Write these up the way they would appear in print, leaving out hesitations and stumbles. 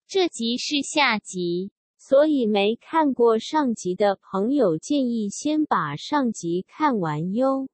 这集是下集， 所以没看过上集的朋友建议先把上集看完哟。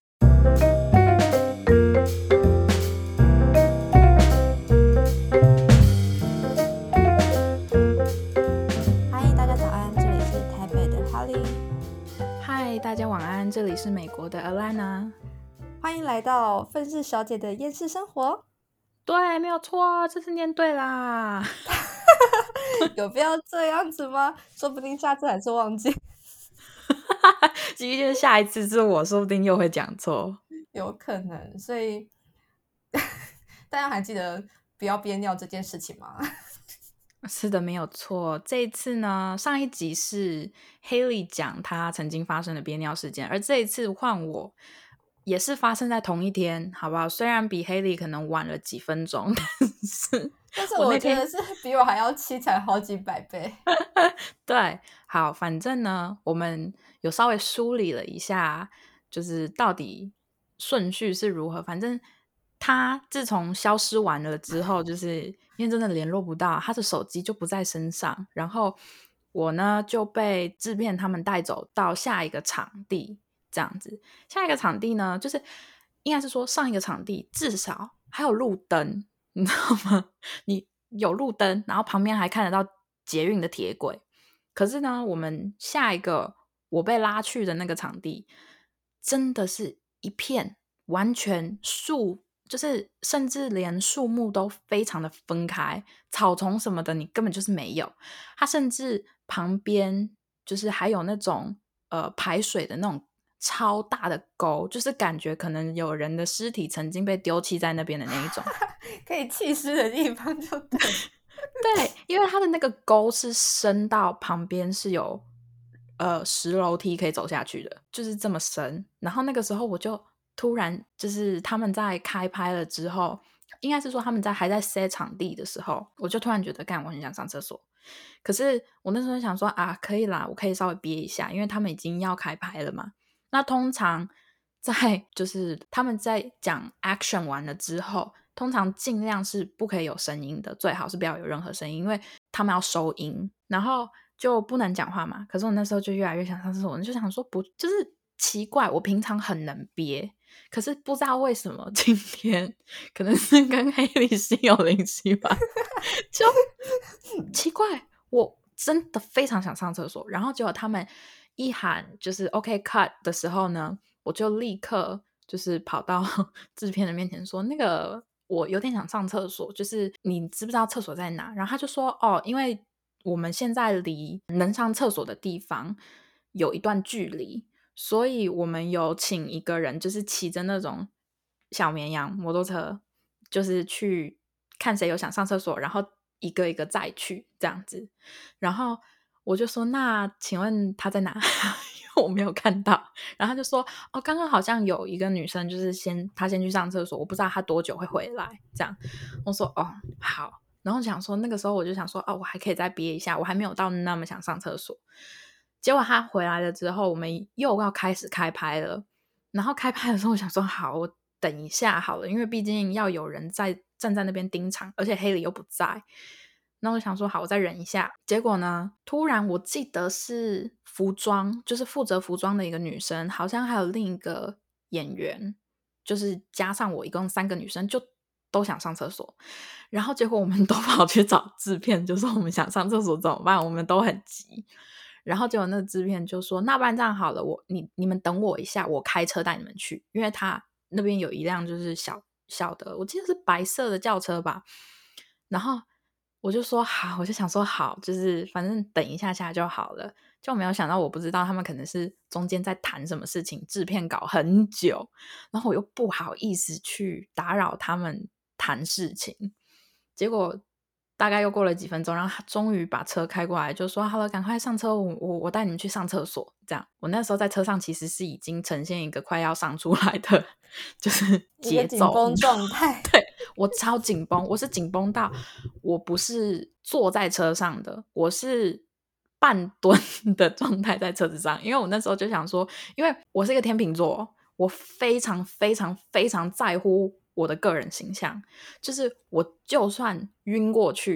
嗨，大家早安，这里是台北的 Holly。 嗨，大家晚安，这里是美国的 Alana。 欢迎来到愤世小姐的厌世生活。 对，没有错，这次念对啦。 有必要这样子吗？说不定下次还是忘记。 其实下一次是我，说不定又会讲错。 有可能，所以大家还记得不要憋尿这件事情吗？ 是的，没有错。这一次呢，上一集是 Haley 讲她曾经发生的憋尿事件，而这一次换我，也是发生在同一天，好不好？虽然比 Haley 可能晚了几分钟， 但是我觉得是比我还要凄惨好几百倍。 对，好，反正呢，我们有稍微梳理了一下，就是到底顺序是如何。反正他自从消失完了之后，就是因为真的联络不到，他的手机就不在身上，然后我呢就被制片他们带走到下一个场地，这样子。下一个场地呢，就是应该是说上一个场地至少还有路灯，你知道吗？你有路灯，然后旁边还看得到捷运的铁轨。可是呢，我们下一个我被拉去的那个场地，真的是一片完全就是甚至连树木都非常的分开，草丛什么的你根本就是没有。它甚至旁边就是还有那种排水的那种超大的沟，就是感觉可能有人的尸体曾经被丢弃在那边的那一种。 可以弃尸的地方就对。 对，因为它的那个沟是深到旁边是有石楼梯可以走下去的，就是这么深。然后那个时候我就突然就是他们在开拍了之后，应该是说他们还在 set 场地的时候，我就突然觉得干我很想上厕所。可是我那时候想说啊，可以啦，我可以稍微憋一下，因为他们已经要开拍了嘛。那通常就是他们在讲 action 完了之后，通常尽量是不可以有声音的，最好是不要有任何声音，因为他们要收音，然后就不能讲话嘛。可是我那时候就越来越想上厕所，我就想说不，就是奇怪，我平常很能憋，可是不知道为什么今天可能是跟黑莉心有灵犀吧，就奇怪，我真的非常想上厕所。然后结果他们一喊就是 OK cut 的时候呢，我就立刻就是跑到制片的面前说，那个我有点想上厕所，就是你知不知道厕所在哪？然后他就说哦，因为我们现在离能上厕所的地方有一段距离，所以我们有请一个人就是骑着那种小绵羊摩托车，就是去看谁有想上厕所，然后一个一个再去这样子。然后我就说那请问他在哪？因为我没有看到。然后他就说哦，刚刚好像有一个女生就是她先去上厕所，我不知道她多久会回来这样。我说哦好，然后想说那个时候我就想说哦，我还可以再憋一下，我还没有到那么想上厕所。结果他回来了之后，我们又要开始开拍了。然后开拍的时候我想说好，我等一下好了，因为毕竟要有人站在那边盯场，而且黑莉又不在。那我想说好，我再忍一下。结果呢，突然我记得是服装，就是负责服装的一个女生，好像还有另一个演员，就是加上我一共3个女生，就都想上厕所。然后结果我们都跑去找制片，就说我们想上厕所怎么办？我们都很急。然后结果那个制片就说那不然这样好了，你们等我一下，我开车带你们去，因为他那边有一辆就是小的，我记得是白色的轿车吧。然后我就说好，我就想说好，就是反正等一下下就好了。就没有想到，我不知道他们可能是中间在谈什么事情，制片搞很久，然后我又不好意思去打扰他们谈事情。结果大概又过了几分钟，然后他终于把车开过来，就说好了，赶快上车，我带你们去上厕所。这样，我那时候在车上其实是已经呈现一个快要上出来的就是节奏， 一个紧绷状态。 对，我超紧绷，我是紧绷到我不是坐在车上的，我是半蹲的状态在车子上。因为我那时候就想说，因为我是一个天秤座，我非常非常非常在乎我的个人形象，就是我就算晕过去，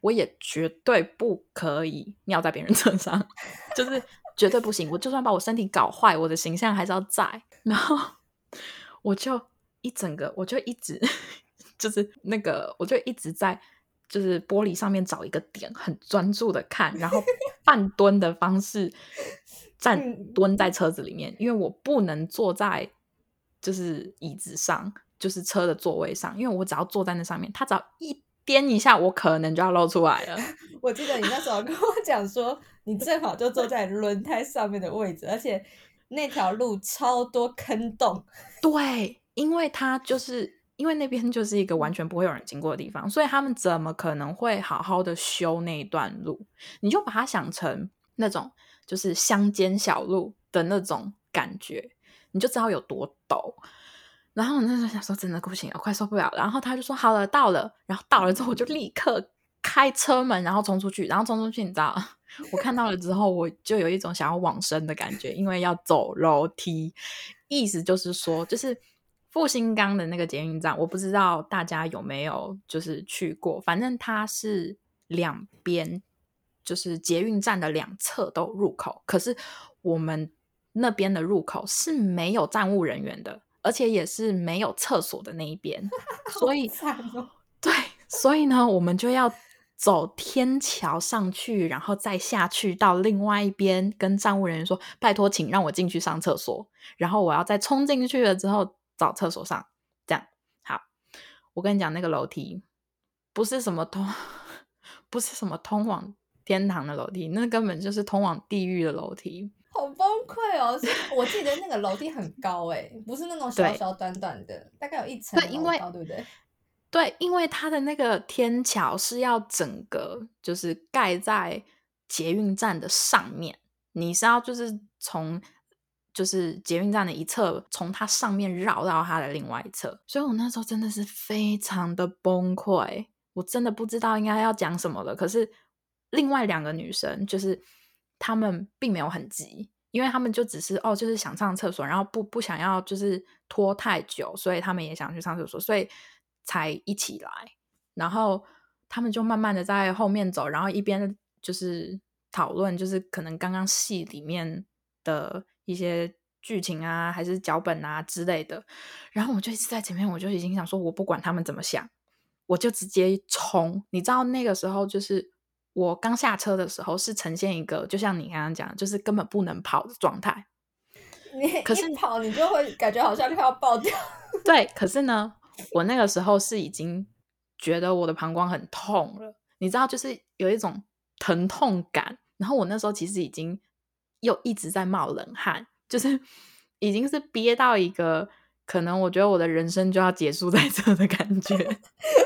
我也绝对不可以尿在别人车上，就是绝对不行。我就算把我身体搞坏，我的形象还是要在。然后我就一直就是那个，我就一直在就是玻璃上面找一个点，很专注的看，然后半蹲的方式蹲在车子里面，因为我不能坐在就是椅子上，就是车的座位上，因为我只要坐在那上面，它只要一颠一下，我可能就要露出来了。 我记得你那时候跟我讲说，你正好就坐在轮胎上面的位置，而且那条路超多坑洞。 对，因为那边就是一个完全不会有人经过的地方，所以他们怎么可能会好好的修那一段路？你就把它想成那种就是乡间小路的那种感觉，你就知道有多陡。然后我那时候想说真的不行，我快受不了。然后他就说好了，到了。然后到了之后我就立刻开车门，然后冲出去。然后冲出去你知道我看到了之后我就有一种想要往生的感觉，因为要走楼梯。意思就是说就是复兴岗的那个捷运站，我不知道大家有没有就是去过，反正它是两边就是捷运站的两侧都有入口，可是我们那边的入口是没有站务人员的，而且也是没有厕所的那一边。所以对，所以呢我们就要走天桥上去，然后再下去到另外一边跟站务人员说拜托请让我进去上厕所，然后我要再冲进去了之后找厕所上，这样。好，我跟你讲那个楼梯不是什么通往天堂的楼梯，那根本就是通往地狱的楼梯。 好崩溃哦！我记得那个楼梯很高不是那种小小短短的，大概有1层楼高，对不对？ 对，因为它的那个天桥是要整个就是盖在捷运站的上面，你是要就是从就是捷运站的一侧从它上面绕到它的另外一侧，所以我那时候真的是非常的崩溃，我真的不知道应该要讲什么了。可是另外2个女生就是她们并没有很急，因为他们就只是就是想上厕所，然后不想要就是拖太久，所以他们也想去上厕所，所以才一起来。然后他们就慢慢的在后面走，然后一边就是讨论就是可能刚刚戏里面的一些剧情啊还是脚本啊之类的。然后我就一直在前面，我就已经想说我不管他们怎么想，我就直接冲。你知道那个时候就是我刚下车的时候是呈现一个就像你刚刚讲就是根本不能跑的状态， 可是一跑你就会感觉好像快要爆掉。 对，可是呢我那个时候是已经觉得我的膀胱很痛了，你知道就是有一种疼痛感，然后我那时候其实已经又一直在冒冷汗，就是已经是憋到一个可能我觉得我的人生就要结束在这的感觉。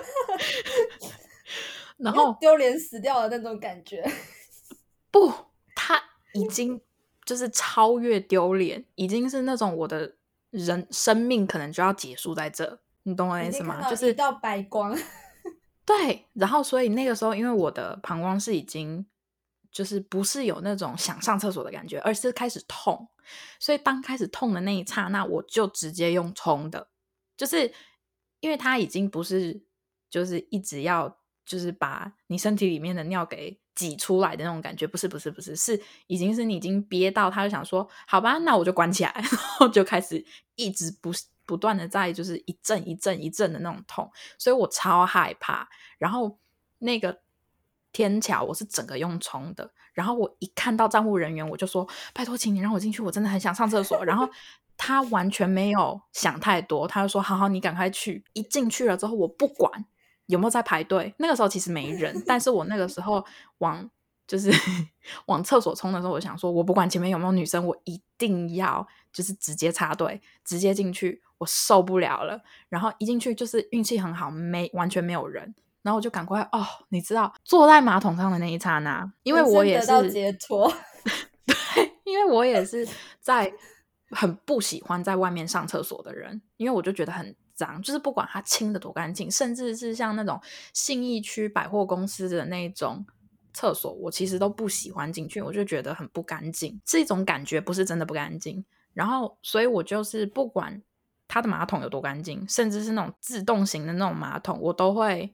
然后丢脸死掉的那种感觉。 不，他已经就是超越丢脸，已经是那种我的生命可能就要结束在这，你懂我意思吗？就是一道白光。 对，然后所以那个时候因为我的膀胱是已经就是不是有那种想上厕所的感觉，而是开始痛，所以当开始痛的那一刹那我就直接用冲的，就是因为它已经不是就是一直要就是把你身体里面的尿给挤出来的那种感觉，不是是已经是你已经憋到他就想说好吧那我就关起来，然后就开始一直不断的在就是一阵一阵一阵的那种痛，所以我超害怕。然后那个天桥我是整个用冲的，然后我一看到站务人员我就说拜托请你让我进去，我真的很想上厕所。然后他完全没有想太多，他就说好你赶快去。一进去了之后我不管有没有在排队，那个时候其实没人，但是我那个时候就是往厕所冲的时候我想说我不管前面有没有女生，我一定要就是直接插队直接进去，我受不了了。然后一进去就是运气很好完全没有人，然后我就赶快你知道坐在马桶上的那一刹那，因为我也是得到解脱。 对，因为我也是在很不喜欢在外面上厕所的人，因为我就觉得很脏，就是不管它清的多干净，甚至是像那种信义区百货公司的那种厕所我其实都不喜欢进去，我就觉得很不干净，是一种感觉，不是真的不干净。然后所以我就是不管它的马桶有多干净，甚至是那种自动型的那种马桶我都会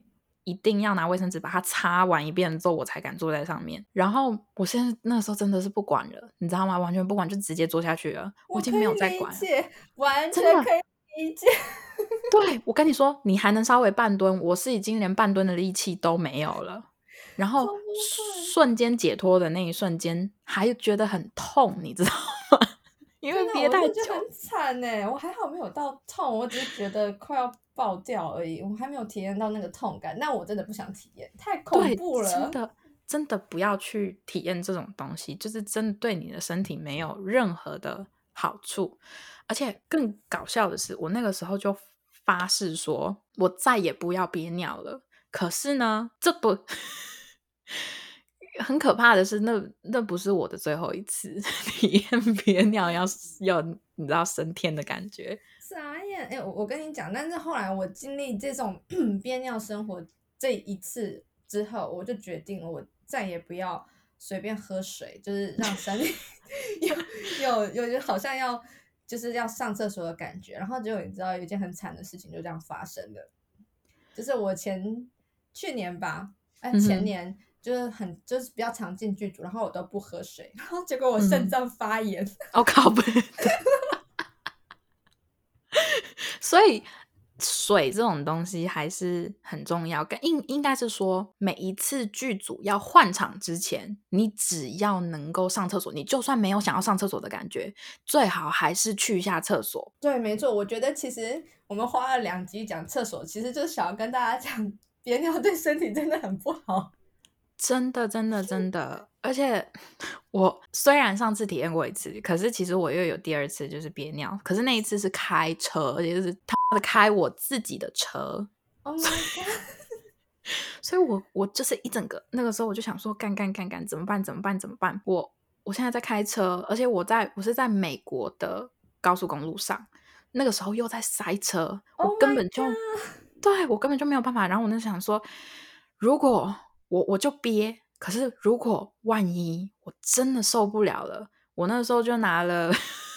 一定要拿卫生纸把它擦完一遍之后我才敢坐在上面。然后我现在那个时候真的是不管了，你知道吗？完全不管，就直接坐下去了，我已经没有再管了， 完真的。 全可以理解。 对，我跟你说，你还能稍微半蹲，我是已经连半蹲的力气都没有了。然后瞬间解脱的那一瞬间，还觉得很痛，你知道吗？因为憋太久， 我就觉得很惨欸，我还好没有到痛，我只是觉得快要爆掉而已，我还没有体验到那个痛感。那我真的不想体验，太恐怖了。 真的不要去体验这种东西，就是真的对你的身体没有任何的好处。而且更搞笑的是，我那个时候就发誓说我再也不要憋尿了。可是呢，这不很可怕的是，那不是我的最后一次体验憋尿要你知道升天的感觉。 傻眼！我跟你讲，但是后来我经历这种憋尿生活这一次之后，我就决定了，我再也不要随便喝水，就是让身体有好像就是要上厕所的感觉。然后结果你知道有一件很惨的事情就这样发生了，就是我去年吧，前年就是比较常进剧组，然后我都不喝水，然后结果我肾脏发炎。 我靠！所以水这种东西还是很重要，应该是说每一次剧组要换场之前，你只要能够上厕所，你就算没有想要上厕所的感觉，最好还是去一下厕所。 对，没错，我觉得其实我们花了2集讲厕所，其实就是想要跟大家讲憋尿对身体真的很不好。 真的真的真的，而且我虽然上次体验过一次，可是其实我又有第二次，就是憋尿。可是那一次是开车，而且就是他妈的开我自己的车。 Oh my god！ 所以我就是一整个那个时候我就想说干怎么办？我现在在开车，而且我是在美国的高速公路上，那个时候又在塞车，我根本就对我根本就没有办法。然后我就想说，如果我就憋，可是如果万一我真的受不了了，我那时候就拿了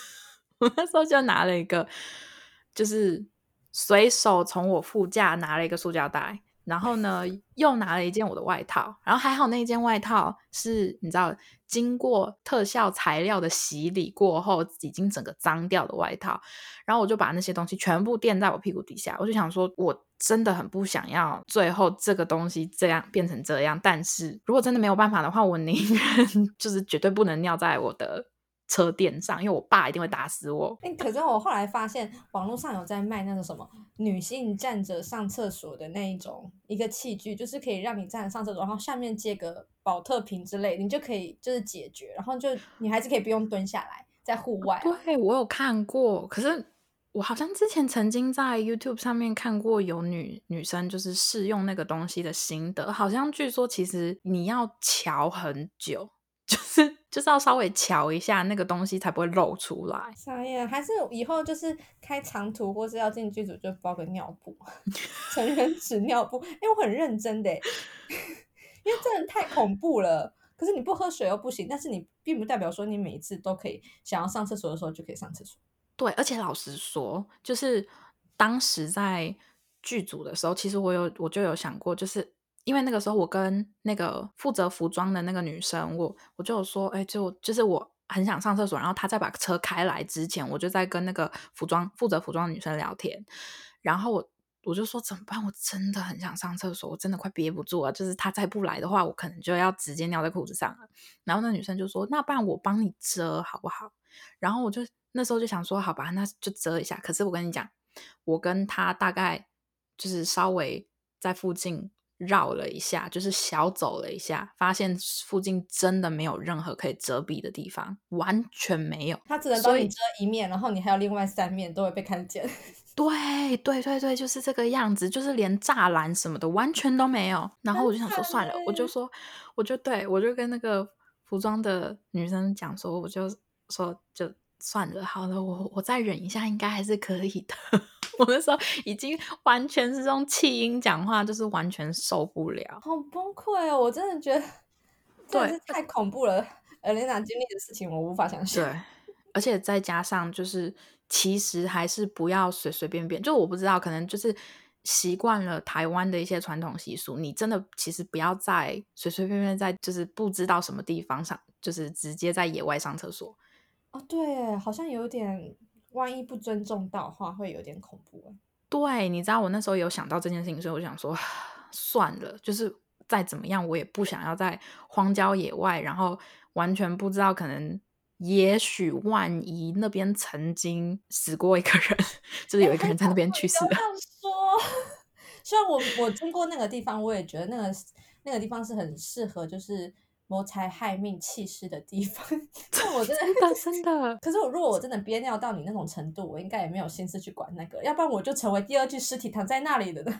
一个，就是随手从我副驾拿了一个塑胶袋，然后呢又拿了一件我的外套，然后还好那件外套是你知道经过特效材料的洗礼过后已经整个脏掉的外套，然后我就把那些东西全部垫在我屁股底下。我就想说我真的很不想要最后这个东西这样变成这样，但是如果真的没有办法的话，我宁愿就是绝对不能尿在我的车垫上，因为我爸一定会打死我。 可是我后来发现网络上有在卖那种什么女性站着上厕所的那一个器具，就是可以让你站着上厕所，然后下面接个保特瓶之类，你就可以就是解决，然后就你还是可以不用蹲下来在户外。 对，我有看过，可是我好像之前曾经在 YouTube 上面看过有女生就是试用那个东西的心得，好像据说其实你要瞧很久，就是要稍微瞧一下那个东西才不会露出来。 傻眼，还是以后就是开长途或是要进剧组就包个尿布，成人纸尿布。我很认真的，因为真的太恐怖了。可是你不喝水又不行，但是你并不代表说你每一次都可以想要上厕所的时候就可以上厕所。 对，而且老实说，就是当时在剧组的时候，其实我就有想过，就是因为那个时候我跟那个负责服装的那个女生，我就有说，就是我很想上厕所，然后她在把车开来之前，我就在跟那个负责服装的女生聊天，然后我就说怎么办？我真的很想上厕所，我真的快憋不住了。就是她再不来的话，我可能就要直接尿在裤子上了。然后那女生就说：“那不然我帮你遮好不好？”然后我就那时候就想说：“好吧，那就遮一下。”可是我跟你讲，我跟她大概就是稍微在附近绕了一下，就是小走了一下，发现附近真的没有任何可以遮蔽的地方，完全没有。 他只能帮你遮一面，然后你还有另外3面都会被看见。 对，就是这个样子，就是连栅栏什么的完全都没有。然后我就想说算了，我就跟那个服装的女生讲说，我就说就算了，好了，我再忍一下，应该还是可以的。我那时候已经完全是用气音讲话，就是完全受不了， 好崩溃哦！我真的觉得真的是太恐怖了。Elena 经历的事情我无法想象。 对，而且再加上就是其实还是不要随随便便，就我不知道，可能就是习惯了台湾的一些传统习俗，你真的其实不要再随随便便在就是不知道什么地方上，就是直接在野外上厕所。 哦，对，好像有点，万一不尊重到的话，会有点恐怖。 对，你知道我那时候有想到这件事情，所以我想说算了，就是再怎么样我也不想要在荒郊野外，然后完全不知道，可能也许万一那边曾经死过一个人，就是有一个人在那边去世了。 这样说，虽然我经过那个地方，我也觉得那个地方是很适合就是谋财害命弃尸的地方。但我真的真的， 可是如果我真的憋尿到你那种程度，我应该也没有心思去管那个，要不然我就成为第二具尸体躺在那里的。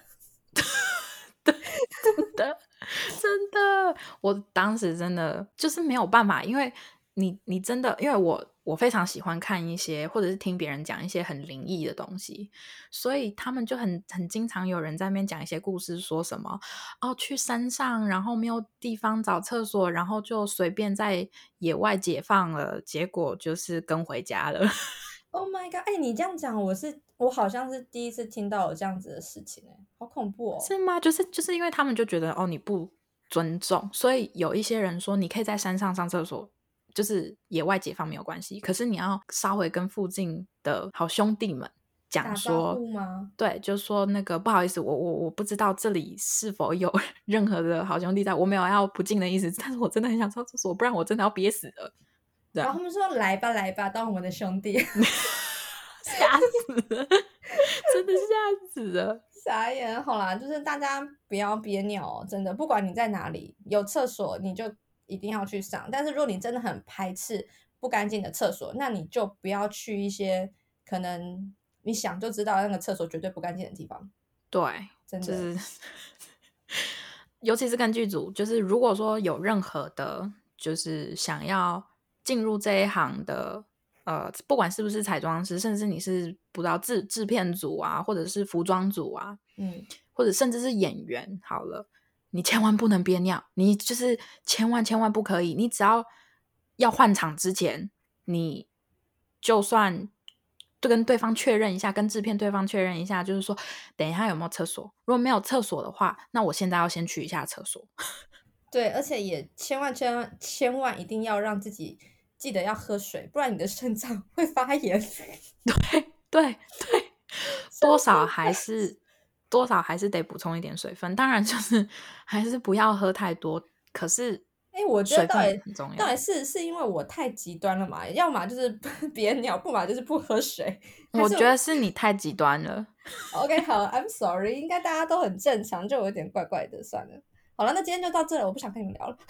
真的，我当时真的就是没有办法，因为你真的，因为我非常喜欢看一些或者是听别人讲一些很灵异的东西，所以他们就很经常有人在那边讲一些故事，说什么去山上，然后没有地方找厕所，然后就随便在野外解放了，结果就是跟回家了。 Oh my god！ 你这样讲，我好像是第一次听到有这样子的事情，好恐怖哦！ 是吗？就是因为他们就觉得你不尊重，所以有一些人说你可以在山上上厕所，就是野外解放没有关系，可是你要稍微跟附近的好兄弟们讲说， 打招呼吗？ 对，就说那个不好意思，我不知道这里是否有任何的好兄弟在，我没有要不敬的意思，但是我真的很想上厕所，不然我真的要憋死了。 然后他们说来吧来吧，当我们的兄弟。 吓死了，真的吓死了。 傻眼。好啦，就是大家不要憋尿真的，不管你在哪里有厕所你就一定要去上，但是如果你真的很排斥不干净的厕所，那你就不要去一些可能你想就知道那个厕所绝对不干净的地方。 对， 真的、 就是尤其是跟剧组，就是如果说有任何的就是想要进入这一行的不管是不是彩妆师，甚至你是不知道制片组啊，或者是服装组啊，或者甚至是演员好了，你千万不能憋尿，你就是千万不可以，你只要换场之前，你就算跟对方确认一下，跟制片对方确认一下，就是说等一下有没有厕所，如果没有厕所的话，那我现在要先去一下厕所。 对，而且也千万一定要让自己记得要喝水，不然你的肾脏会发炎。 对，多少还是得补充一点水分，当然就是还是不要喝太多，可是我觉得到底很重要， 到底是因为我太极端了嘛？要么就是憋尿，不嘛就是不喝水。 我觉得是你太极端了。 OK， 好 ，I'm sorry， 应该大家都很正常，就有点怪怪的，算了。好了，那今天就到这了，我不想跟你们聊了。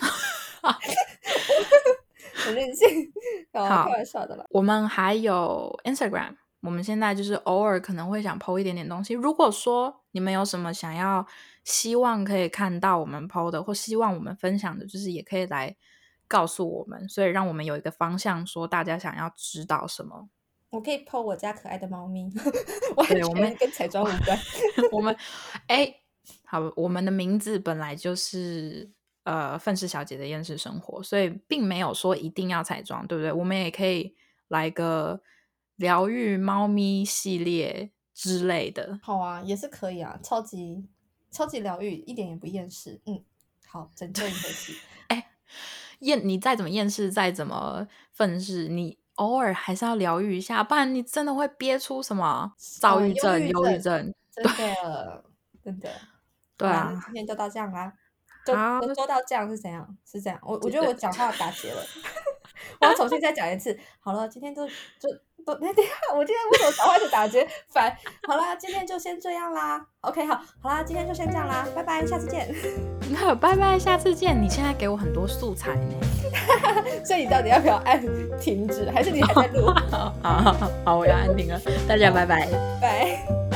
很任性，开玩笑的啦。 我们还有 Instagram， 我们现在就是偶尔可能会想 po 一点点东西。如果说你们有什么想要希望可以看到我们 po 的，或希望我们分享的，就是也可以来告诉我们，所以让我们有一个方向，说大家想要知道什么。 我可以 po 我家可爱的猫咪，完全跟彩妆无关。 我们好，我们的名字本来就是愤世小姐的厌世生活，所以并没有说一定要彩妆，对不对？我们也可以来个疗愈猫咪系列之类的。 好啊，也是可以啊，超级疗愈，一点也不厌世。好，拯救银河系。 你再怎么厌世，再怎么愤世，你偶尔还是要疗愈一下，不然你真的会憋出什么躁郁症、忧郁症。 真的。 对啊， 今天就到这样啦。就到这样是怎样？是这样。我觉得我讲话打结了，我要重新再讲一次。好了，今天等一下，我今天为什么讲话就打结？烦。好啦，今天就先这样啦。OK， 好啦，今天就先这样啦，拜拜，下次见。 拜拜，下次见。你现在给我很多素材呢， 所以你到底要不要按停止，还是你还在录？ 好，我要按停了。大家拜拜， 拜。